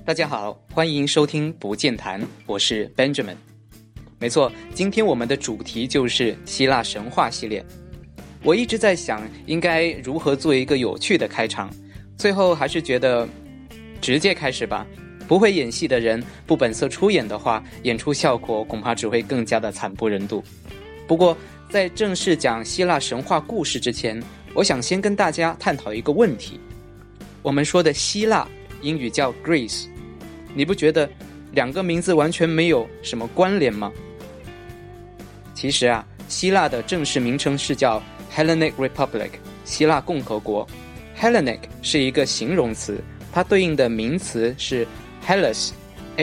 大家好，欢迎收听不见谈，我是 Benjamin。 没错，今天我们的主题就是希腊神话系列。我一直在想应该如何做一个有趣的开场，最后还是觉得直接开始吧。不会演戏的人不本色出演的话，演出效果恐怕只会更加的惨不忍睹。不过在正式讲希腊神话故事之前，我想先跟大家探讨一个问题。我们说的希腊英语叫 Greece， 你不觉得两个名字完全没有什么关联吗？其实啊，希腊的正式名称是叫 Hellenic Republic， 希腊共和国。 Hellenic 是一个形容词，它对应的名词是 Hellas，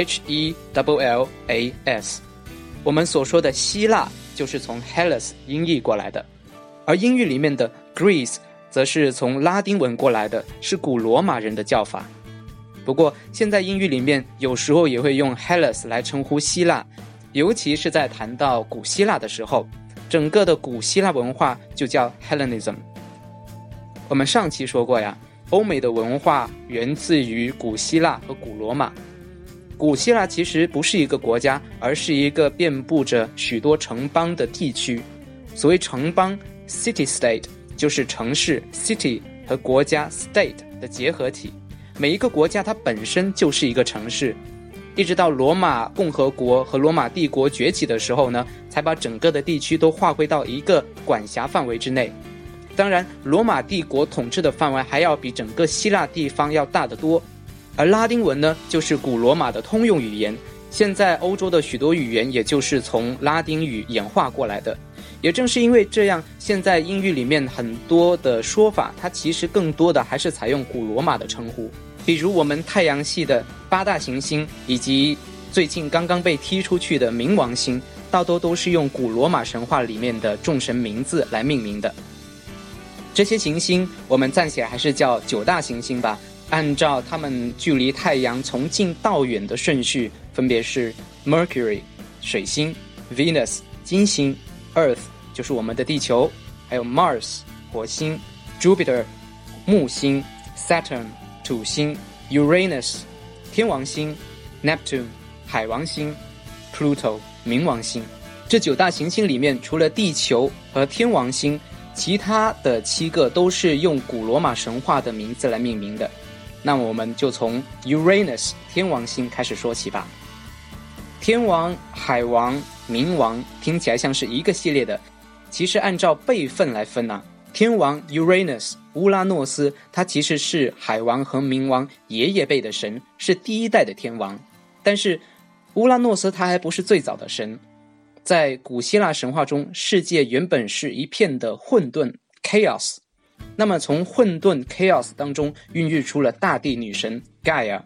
H-E-L-L-A-S。 我们所说的希腊就是从 Hellas 音译过来的，而英语里面的 Greece 则是从拉丁文过来的，是古罗马人的叫法。不过现在英语里面有时候也会用 Hellas 来称呼希腊，尤其是在谈到古希腊的时候，整个的古希腊文化就叫 Hellenism。 我们上期说过呀，欧美的文化源自于古希腊和古罗马。古希腊其实不是一个国家，而是一个遍布着许多城邦的地区。所谓城邦 City-State 就是城市 City 和国家 State 的结合体，每一个国家它本身就是一个城市。一直到罗马共和国和罗马帝国崛起的时候呢，才把整个的地区都划归到一个管辖范围之内。当然罗马帝国统治的范围还要比整个希腊地方要大得多，而拉丁文呢就是古罗马的通用语言，现在欧洲的许多语言也就是从拉丁语演化过来的。也正是因为这样，现在英语里面很多的说法它其实更多的还是采用古罗马的称呼。比如我们太阳系的8大行星，以及最近刚刚被踢出去的冥王星，大多都是用古罗马神话里面的众神名字来命名的。这些行星我们暂且还是叫9大行星吧，按照它们距离太阳从近到远的顺序，分别是 Mercury 水星， Venus 金星， Earth 就是我们的地球，还有 Mars 火星， Jupiter 木星， Saturn 土星， Uranus 天王星， Neptune 海王星， Pluto 冥王星。这9大行星里面，除了地球和天王星，其他的7个都是用古罗马神话的名字来命名的。那我们就从 Uranus 天王星开始说起吧。天王、海王、冥王听起来像是一个系列的，其实按照辈分来分啊，天王 Uranus 乌拉诺斯，他其实是海王和冥王爷爷辈的神，是第一代的天王。但是乌拉诺斯他还不是最早的神，在古希腊神话中，世界原本是一片的混沌 Chaos， 那么从混沌 Chaos 当中孕育出了大地女神 Gaia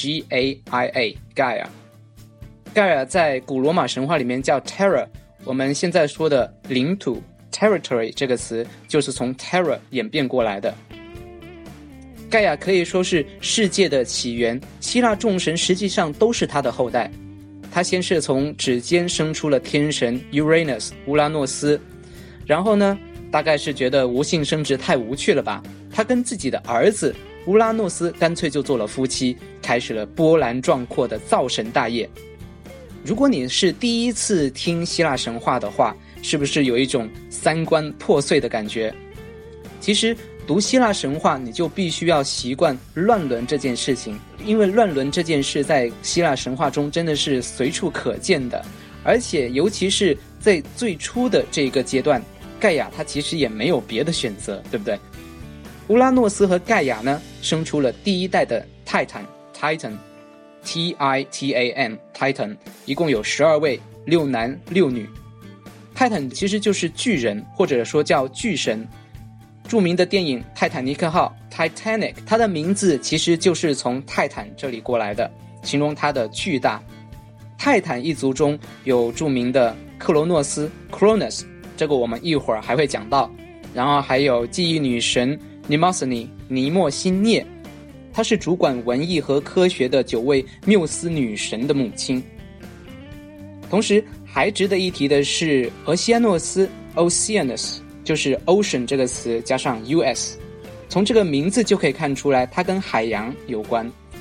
G-A-I-A Gaia。 Gaia 在古罗马神话里面叫 Terra， 我们现在说的领土 Territory 这个词就是从 Terra 演变过来的。盖亚可以说是世界的起源，希腊众神实际上都是他的后代。他先是从指尖生出了天神 Uranus 乌拉诺斯，然后呢，大概是觉得无性生殖太无趣了吧，他跟自己的儿子乌拉诺斯干脆就做了夫妻，开始了波澜壮阔的造神大业。如果你是第一次听希腊神话的话，是不是有一种三观破碎的感觉？其实读希腊神话你就必须要习惯乱伦这件事情，因为乱伦这件事在希腊神话中真的是随处可见的，而且尤其是在最初的这个阶段，盖亚他其实也没有别的选择，对不对？乌拉诺斯和盖亚呢，生出了第一代的泰坦 Titan T-I-T-A-N Titan， 一共有12位，6男6女。泰坦其实就是巨人，或者说叫巨神。著名的电影泰坦尼克号 Titanic， 它的名字其实就是从泰坦这里过来的，形容它的巨大。泰坦一族中有著名的克罗诺斯 Cronus， 这个我们一会儿还会讲到，然后还有记忆女神 Mnemosyne 尼莫辛涅，她是主管文艺和科学的9位缪斯女神的母亲。同时还值得一提的是俄西安诺斯 Oceanus， 就是 ocean 这个词加上 US， 从这个名字就可以看出来它跟海洋有关。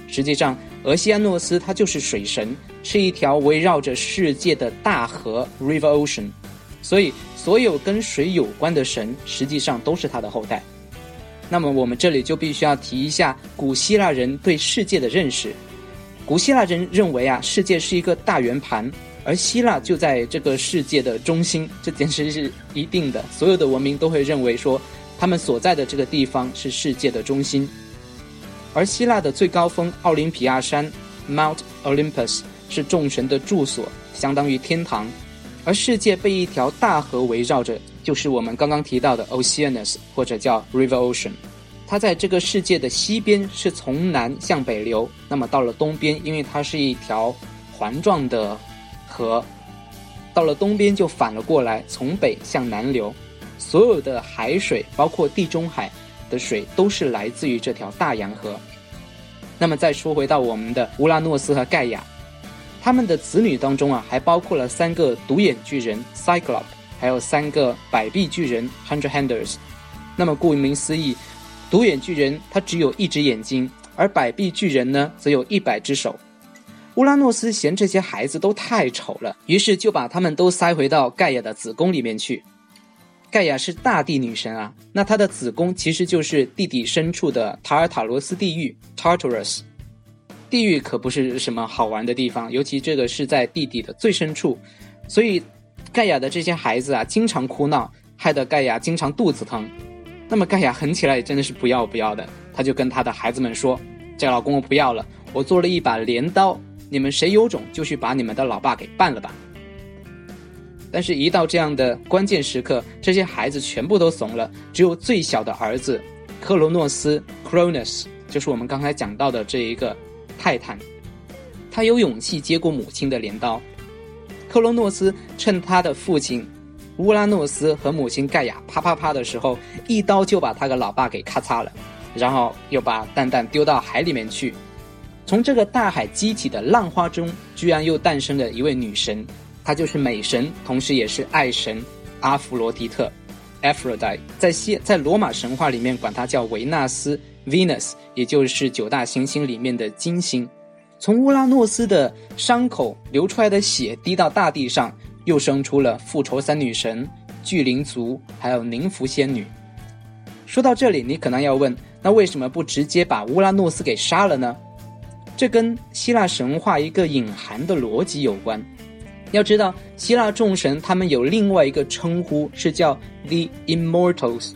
实际上俄西安诺斯他就是水神，是一条围绕着世界的大河 River Ocean， 所以所有跟水有关的神实际上都是他的后代。那么我们这里就必须要提一下古希腊人对世界的认识。古希腊人认为世界是一个大圆盘，而希腊就在这个世界的中心，这简直是一定的，所有的文明都会认为说他们所在的这个地方是世界的中心。而希腊的最高峰奥林匹亚山 Mount Olympus 是众神的住所，相当于天堂，而世界被一条大河围绕着，就是我们刚刚提到的 Oceanus 或者叫 River Ocean。 它在这个世界的西边是从南向北流，那么到了东边，因为它是一条环状的河，到了东边就反了过来，从北向南流。所有的海水包括地中海的水都是来自于这条大洋河。那么再说回到我们的乌拉诺斯和盖亚，他们的子女当中还包括了3个独眼巨人 Cyclops， 还有3个百臂巨人 Hundred-handers。 那么顾名思义，独眼巨人他只有1只眼睛，而百臂巨人呢则有100只手。乌拉诺斯嫌这些孩子都太丑了，于是就把他们都塞回到盖亚的子宫里面去。盖亚是大地女神那她的子宫其实就是地底深处的塔尔塔罗斯地狱 Tartarus。 地狱可不是什么好玩的地方，尤其这个是在地底的最深处，所以盖亚的这些孩子经常哭闹，害得盖亚经常肚子疼。那么盖亚狠起来也真的是不要的，他就跟他的孩子们说，这个老公我不要了，我做了一把镰刀，你们谁有种就去把你们的老爸给办了吧。但是一到这样的关键时刻，这些孩子全部都怂了，只有最小的儿子克罗诺斯 Cronus， 就是我们刚才讲到的这一个泰坦，他有勇气接过母亲的镰刀。克罗诺斯趁他的父亲乌拉诺斯和母亲盖亚啪啪啪的时候，一刀就把他的老爸给咔嚓了，然后又把蛋蛋丢到海里面去。从这个大海激起的浪花中，居然又诞生了一位女神，她就是美神，同时也是爱神阿弗罗狄特 Aphrodite。 在罗马神话里面管她叫维纳斯 Venus， 也就是9大行星里面的金星。从乌拉诺斯的伤口流出来的血滴到大地上，又生出了复仇3女神、巨灵族还有宁芙仙女。说到这里，你可能要问，那为什么不直接把乌拉诺斯给杀了呢？这跟希腊神话一个隐含的逻辑有关。要知道希腊众神他们有另外一个称呼，是叫 The Immortals，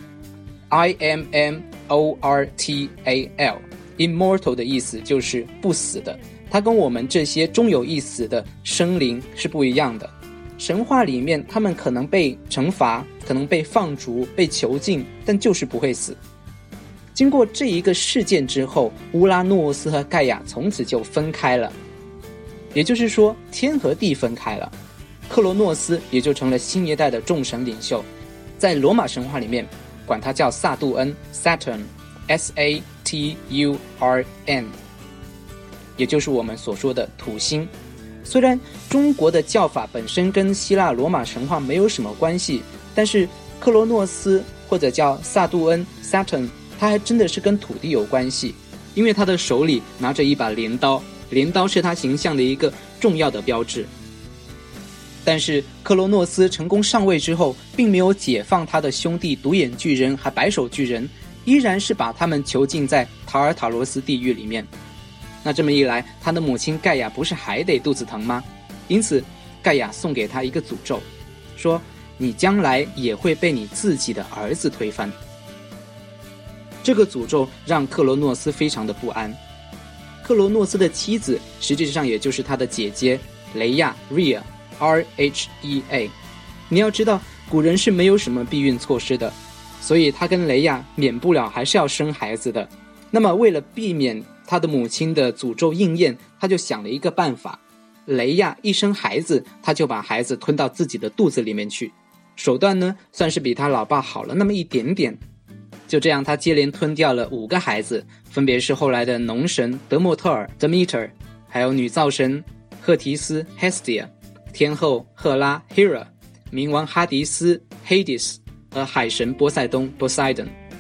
I-M-M-O-R-T-A-L。 Immortal 的意思就是不死的，它跟我们这些终有一死的生灵是不一样的。神话里面他们可能被惩罚，可能被放逐，被囚禁，但就是不会死。经过这一个事件之后，乌拉诺斯和盖亚从此就分开了，也就是说天和地分开了。克罗诺斯也就成了新一代的众神领袖，在罗马神话里面管他叫萨杜恩 Saturn， S-A-T-U-R-N， 也就是我们所说的土星。虽然中国的叫法本身跟希腊罗马神话没有什么关系，但是克罗诺斯或者叫萨杜恩 Saturn， 他还真的是跟土地有关系，因为他的手里拿着一把镰刀，镰刀是他形象的一个重要的标志。但是克罗诺斯成功上位之后，并没有解放他的兄弟独眼巨人和白手巨人，依然是把他们囚禁在塔尔塔罗斯地狱里面。那这么一来，他的母亲盖亚不是还得肚子疼吗？因此盖亚送给他一个诅咒，说你将来也会被你自己的儿子推翻。这个诅咒让克罗诺斯非常的不安。克罗诺斯的妻子实际上也就是他的姐姐雷亚 Rhea R-H-E-A。 你要知道古人是没有什么避孕措施的，所以他跟雷亚免不了还是要生孩子的。那么为了避免他的母亲的诅咒应验，他就想了一个办法，雷亚一生孩子，他就把孩子吞到自己的肚子里面去。手段呢，算是比他老爸好了那么一点点。就这样他接连吞掉了5个孩子，分别是后来的农神德莫特尔 Demeter， 还有女造神赫提斯 Hestia， 天后赫拉 Hera， 冥王哈迪斯 Hades 和海神波塞冬 Poseidon。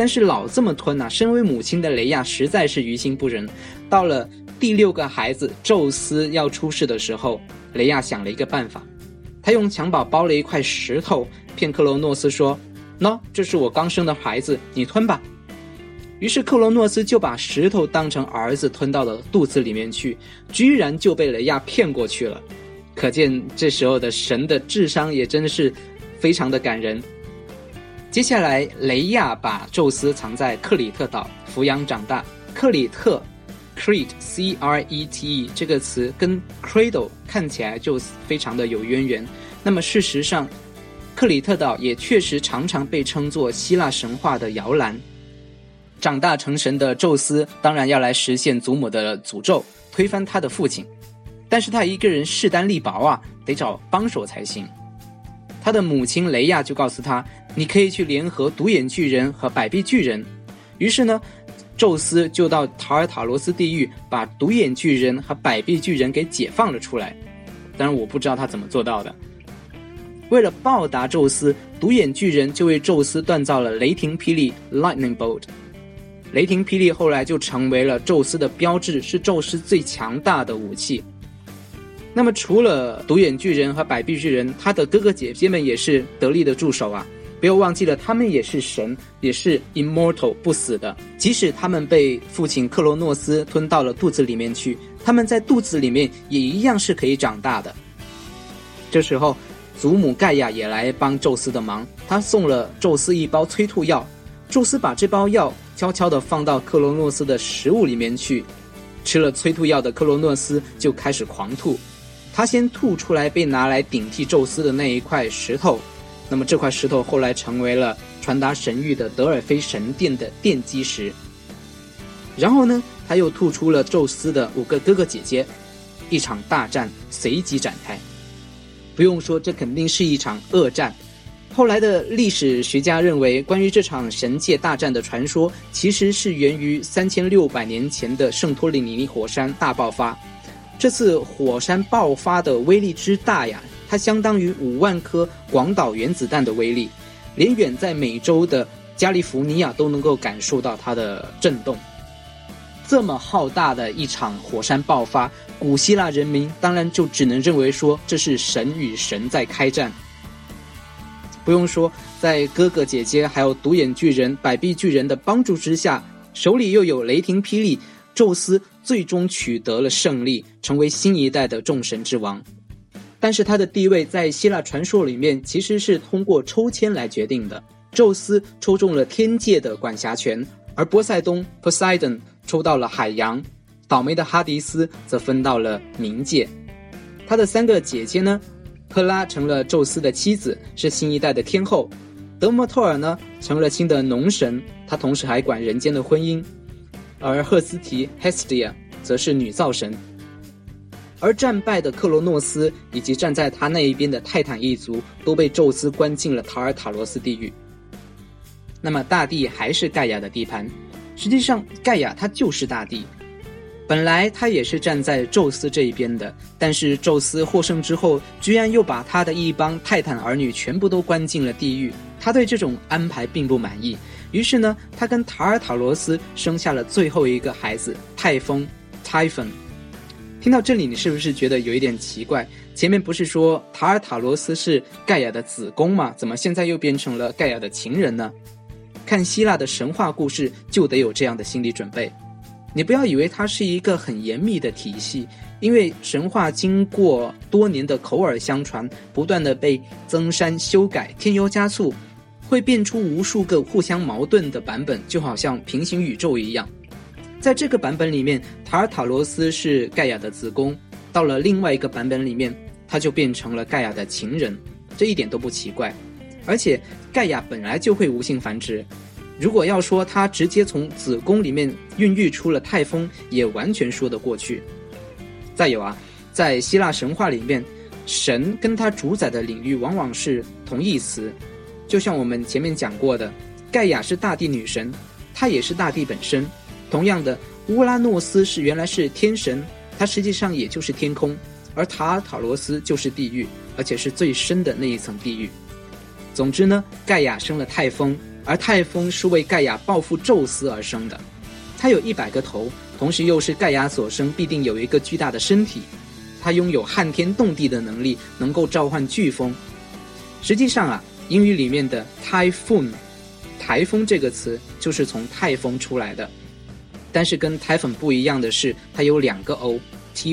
但是老这么吞啊，身为母亲的雷亚实在是于心不忍。到了第6个孩子宙斯要出世的时候，雷亚想了一个办法，他用襁褓包了一块石头，骗克罗诺斯说，喏，这是我刚生的孩子，你吞吧。于是克罗诺斯就把石头当成儿子吞到了肚子里面去，居然就被雷亚骗过去了。可见这时候的神的智商也真的是非常的感人。接下来雷亚把宙斯藏在克里特岛抚养长大。克里特 Crete C-R-E-T-E 这个词跟 Cradle 看起来就非常的有渊源。那么事实上克里特岛也确实常常被称作希腊神话的摇篮。长大成神的宙斯当然要来实现祖母的诅咒，推翻他的父亲，但是他一个人势单力薄啊，得找帮手才行。他的母亲雷亚就告诉他，你可以去联合独眼巨人和百臂巨人。于是呢，宙斯就到塔尔塔罗斯地狱，把独眼巨人和百臂巨人给解放了出来。当然我不知道他怎么做到的。为了报答宙斯，独眼巨人就为宙斯锻造了雷霆霹雳 Lightning Bolt。雷霆霹雳后来就成为了宙斯的标志，是宙斯最强大的武器。那么除了独眼巨人和百臂巨人，他的哥哥姐姐们也是得力的助手啊！不要忘记了，他们也是神，也是 immortal 不死的。即使他们被父亲克罗诺斯吞到了肚子里面去，他们在肚子里面也一样是可以长大的。这时候祖母盖亚也来帮宙斯的忙，他送了宙斯一包催吐药。宙斯把这包药悄悄地放到克罗诺斯的食物里面去，吃了催吐药的克罗诺斯就开始狂吐。他先吐出来被拿来顶替宙斯的那一块石头，那么这块石头后来成为了传达神谕的德尔菲神殿的奠基石。然后呢，他又吐出了宙斯的5个哥哥姐姐，一场大战随即展开。不用说，这肯定是一场恶战。后来的历史学家认为，关于这场神界大战的传说其实是源于3600年前的圣托里尼火山大爆发。这次火山爆发的威力之大呀，它相当于5万颗广岛原子弹的威力，连远在美洲的加利福尼亚都能够感受到它的震动。这么浩大的一场火山爆发，古希腊人民当然就只能认为说这是神与神在开战。不用说，在哥哥姐姐还有独眼巨人、百臂巨人的帮助之下，手里又有雷霆霹雳，宙斯最终取得了胜利，成为新一代的众神之王。但是他的地位在希腊传说里面其实是通过抽签来决定的。宙斯抽中了天界的管辖权，而波塞冬 Poseidon 抽到了海洋，倒霉的哈迪斯则分到了冥界。他的3个姐姐呢，赫拉成了宙斯的妻子，是新一代的天后。德莫托尔呢，成了新的农神，他同时还管人间的婚姻。而赫斯提 Hestia 则是女造神。而战败的克罗诺斯以及站在他那一边的泰坦一族都被宙斯关进了塔尔塔罗斯地狱。那么大地还是盖亚的地盘。实际上盖亚他就是大地，本来他也是站在宙斯这一边的，但是宙斯获胜之后，居然又把他的一帮泰坦儿女全部都关进了地狱。他对这种安排并不满意，于是呢，他跟塔尔塔罗斯生下了最后一个孩子泰风 Typhon。 听到这里，你是不是觉得有一点奇怪？前面不是说塔尔塔罗斯是盖亚的子宫吗？怎么现在又变成了盖亚的情人呢？看希腊的神话故事就得有这样的心理准备。你不要以为它是一个很严密的体系，因为神话经过多年的口耳相传，不断的被增删修改，添油加醋，会变出无数个互相矛盾的版本，就好像平行宇宙一样。在这个版本里面，塔尔塔罗斯是盖亚的子宫，到了另外一个版本里面，他就变成了盖亚的情人，这一点都不奇怪。而且盖亚本来就会无性繁殖，如果要说他直接从子宫里面孕育出了泰风，也完全说得过去。再有啊，在希腊神话里面，神跟他主宰的领域往往是同义词，就像我们前面讲过的，盖亚是大地女神，她也是大地本身。同样的，乌拉诺斯原来是天神，他实际上也就是天空，而塔尔塔罗斯就是地狱，而且是最深的那一层地狱。总之呢，盖亚生了泰风， 而太风是为盖亚报复宙斯而生的。他有100个头，同时又是盖亚所生，必定有一个巨大的身体。他拥有撼天动地的能力，能够召唤飓风。实际上啊，英语里面的 typhoon 台风这个词就是从太风出来的。但是跟 typhoon 不一样的是，它有2个 o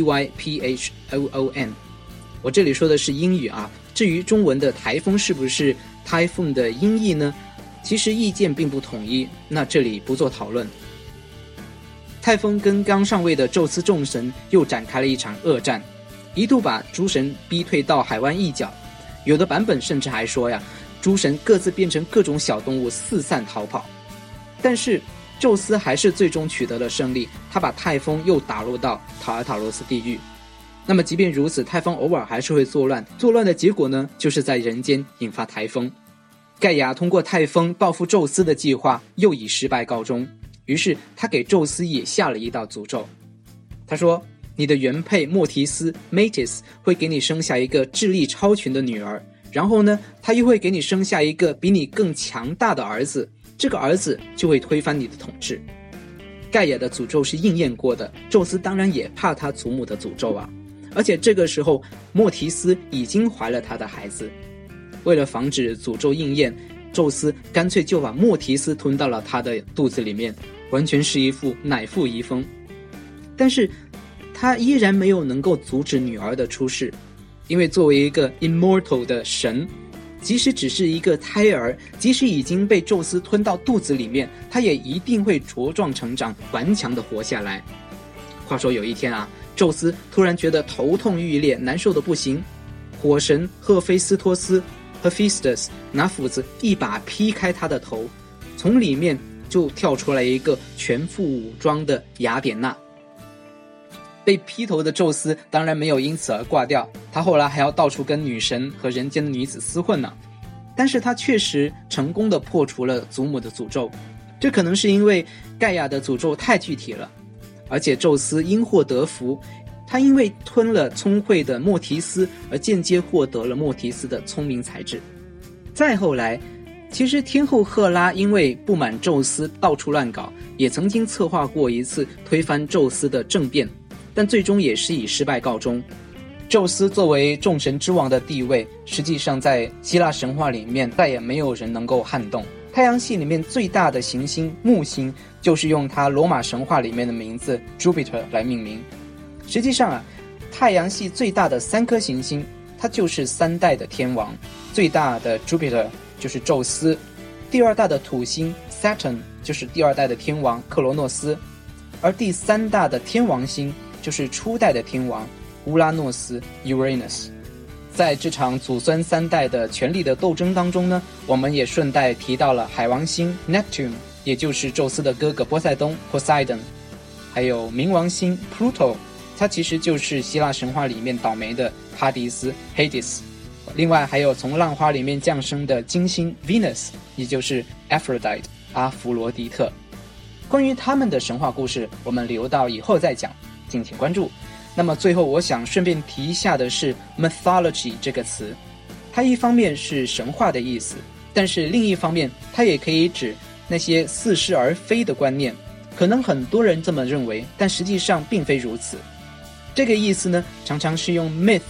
typhoon。我这里说的是英语啊，至于中文的台风是不是 typhoon 的音译呢？其实意见并不统一，那这里不做讨论。太风跟刚上位的宙斯众神又展开了一场恶战，一度把诸神逼退到海湾一角。有的版本甚至还说呀，诸神各自变成各种小动物四散逃跑。但是宙斯还是最终取得了胜利，他把太风又打入到塔尔塔罗斯地狱。那么即便如此，太风偶尔还是会作乱，作乱的结果呢，就是在人间引发台风。盖亚通过太风报复宙斯的计划又以失败告终，于是他给宙斯也下了一道诅咒。他说，你的原配莫提斯 Metis 会给你生下一个智力超群的女儿，然后呢，他又会给你生下一个比你更强大的儿子，这个儿子就会推翻你的统治。盖亚的诅咒是应验过的，宙斯当然也怕他祖母的诅咒啊。而且这个时候莫提斯已经怀了他的孩子，为了防止诅咒应验，宙斯干脆就把莫提斯吞到了他的肚子里面，完全是一副乃父遗风。但是他依然没有能够阻止女儿的出世，因为作为一个 immortal 的神，即使只是一个胎儿，即使已经被宙斯吞到肚子里面，他也一定会茁壮成长，顽强地活下来。话说有一天啊，宙斯突然觉得头痛欲裂，难受的不行，火神赫菲斯托斯 Hephaestus 拿斧子一把劈开他的头，从里面就跳出来一个全副武装的雅典娜。被劈头的宙斯当然没有因此而挂掉，他后来还要到处跟女神和人间的女子厮混呢。但是他确实成功地破除了祖母的诅咒，这可能是因为盖亚的诅咒太具体了，而且宙斯因祸得福，他因为吞了聪慧的莫提斯而间接获得了莫提斯的聪明才智。再后来，其实天后赫拉因为不满宙斯到处乱搞，也曾经策划过一次推翻宙斯的政变，但最终也是以失败告终。宙斯作为众神之王的地位，实际上在希腊神话里面再也没有人能够撼动。太阳系里面最大的行星木星，就是用它罗马神话里面的名字 Jupiter 来命名。实际上啊，太阳系最大的3颗行星，它就是3代的天王。最大的 Jupiter 就是宙斯，第2大的土星 Saturn 就是第2代的天王克罗诺斯，而第3大的天王星就是初代的天王乌拉诺斯 Uranus。 在这场祖孙3代的权力的斗争当中呢，我们也顺带提到了海王星 Neptune， 也就是宙斯的哥哥波塞冬 Poseidon， 还有冥王星 Pluto， 它其实就是希腊神话里面倒霉的哈迪斯 Hades。 另外还有从浪花里面降生的金星 Venus， 也就是 Aphrodite 阿弗罗狄特。关于他们的神话故事，我们留到以后再讲，敬请关注。那么最后我想顺便提一下的是 mythology 这个词，它一方面是神话的意思，但是另一方面它也可以指那些似是而非的观念。可能很多人这么认为，但实际上并非如此。这个意思呢，常常是用 myth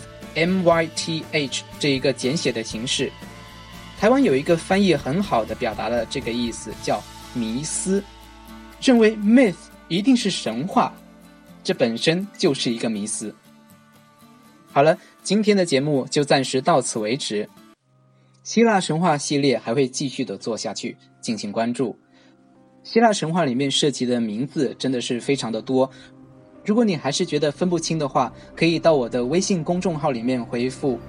myth 这一个简写的形式。台湾有一个翻译很好的表达了这个意思，叫迷思，认为 myth 一定是神话，这本身就是一个迷思。好了，今天的节目就暂时到此为止。希腊神话系列还会继续的做下去，敬请关注。希腊神话里面涉及的名字真的是非常的多，如果你还是觉得分不清的话，可以到我的微信公众号里面回复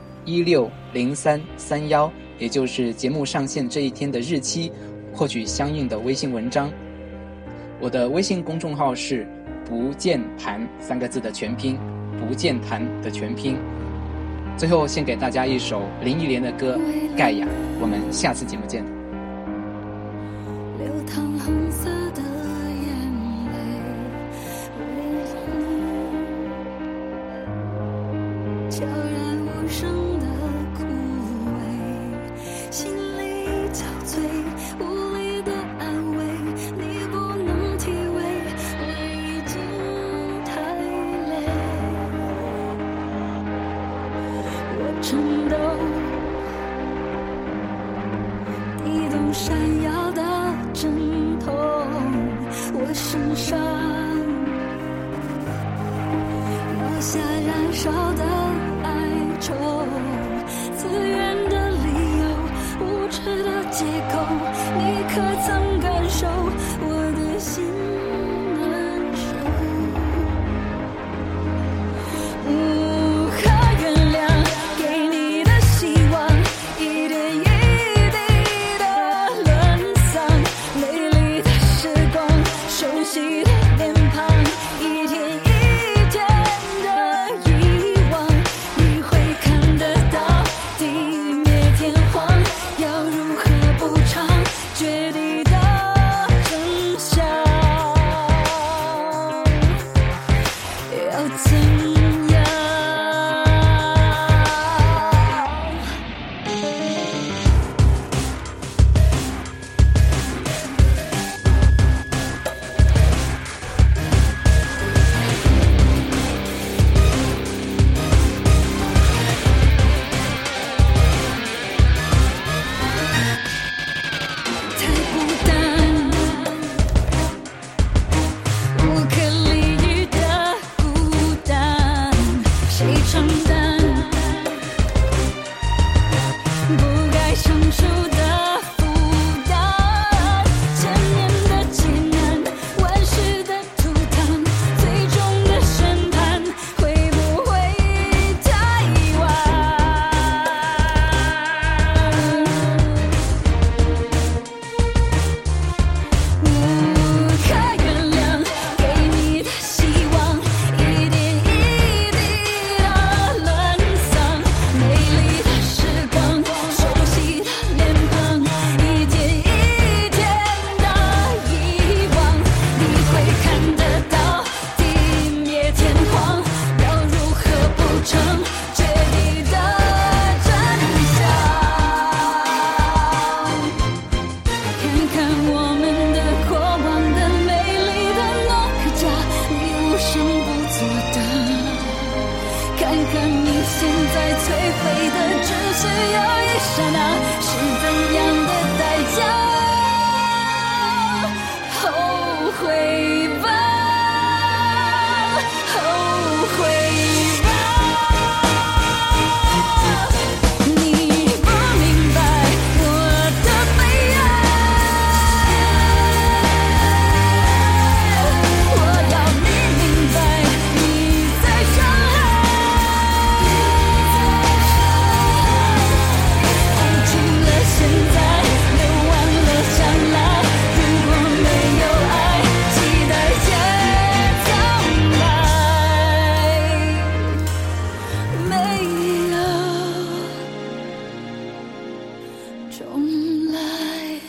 160331，也就是节目上线这一天的日期，获取相应的微信文章。我的微信公众号是不见谈3个字的全拼，不见谈的全拼。最后献给大家一首林忆莲的歌《盖亚》，我们下次节目见。 流淌红色的眼泪，悄然无声的枯萎，心力憔悴，无力颤抖，地动山摇的枕头，我身上落下燃烧的哀愁，自愿的理由，无知的借口，你可曾感受我的心难受？无可原谅给你的希望，一点一滴的沦丧，美丽的时光，熟悉的脸庞，一天一天的遗忘，你会看得到地灭天荒，要如何补偿决堤的真相？要怎样？太孤单，无可理喻的孤单，谁承担不该承受的负担？千年的劫难，万世的涂炭，最终的审判会不会太晚？无可原谅给你的希望，一点一滴的沦丧，美丽的时光，熟悉的脸庞，一天一天的遗忘，你会看得到地灭天荒，要如何补偿决堤的真相？看看我们的过往的美丽的诺克家，你无声不作的；看看你现在摧毁的，只是有一刹那，是怎样的代价？后悔吧，后悔吧。你不明白我的悲哀，我要你明白你在伤害，付出了现在，流完了将来，如果没有爱，期待也苍白，没有重来。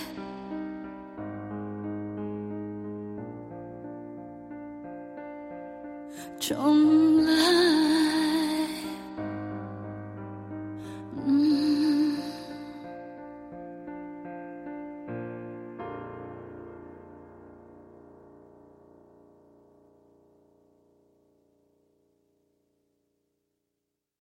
重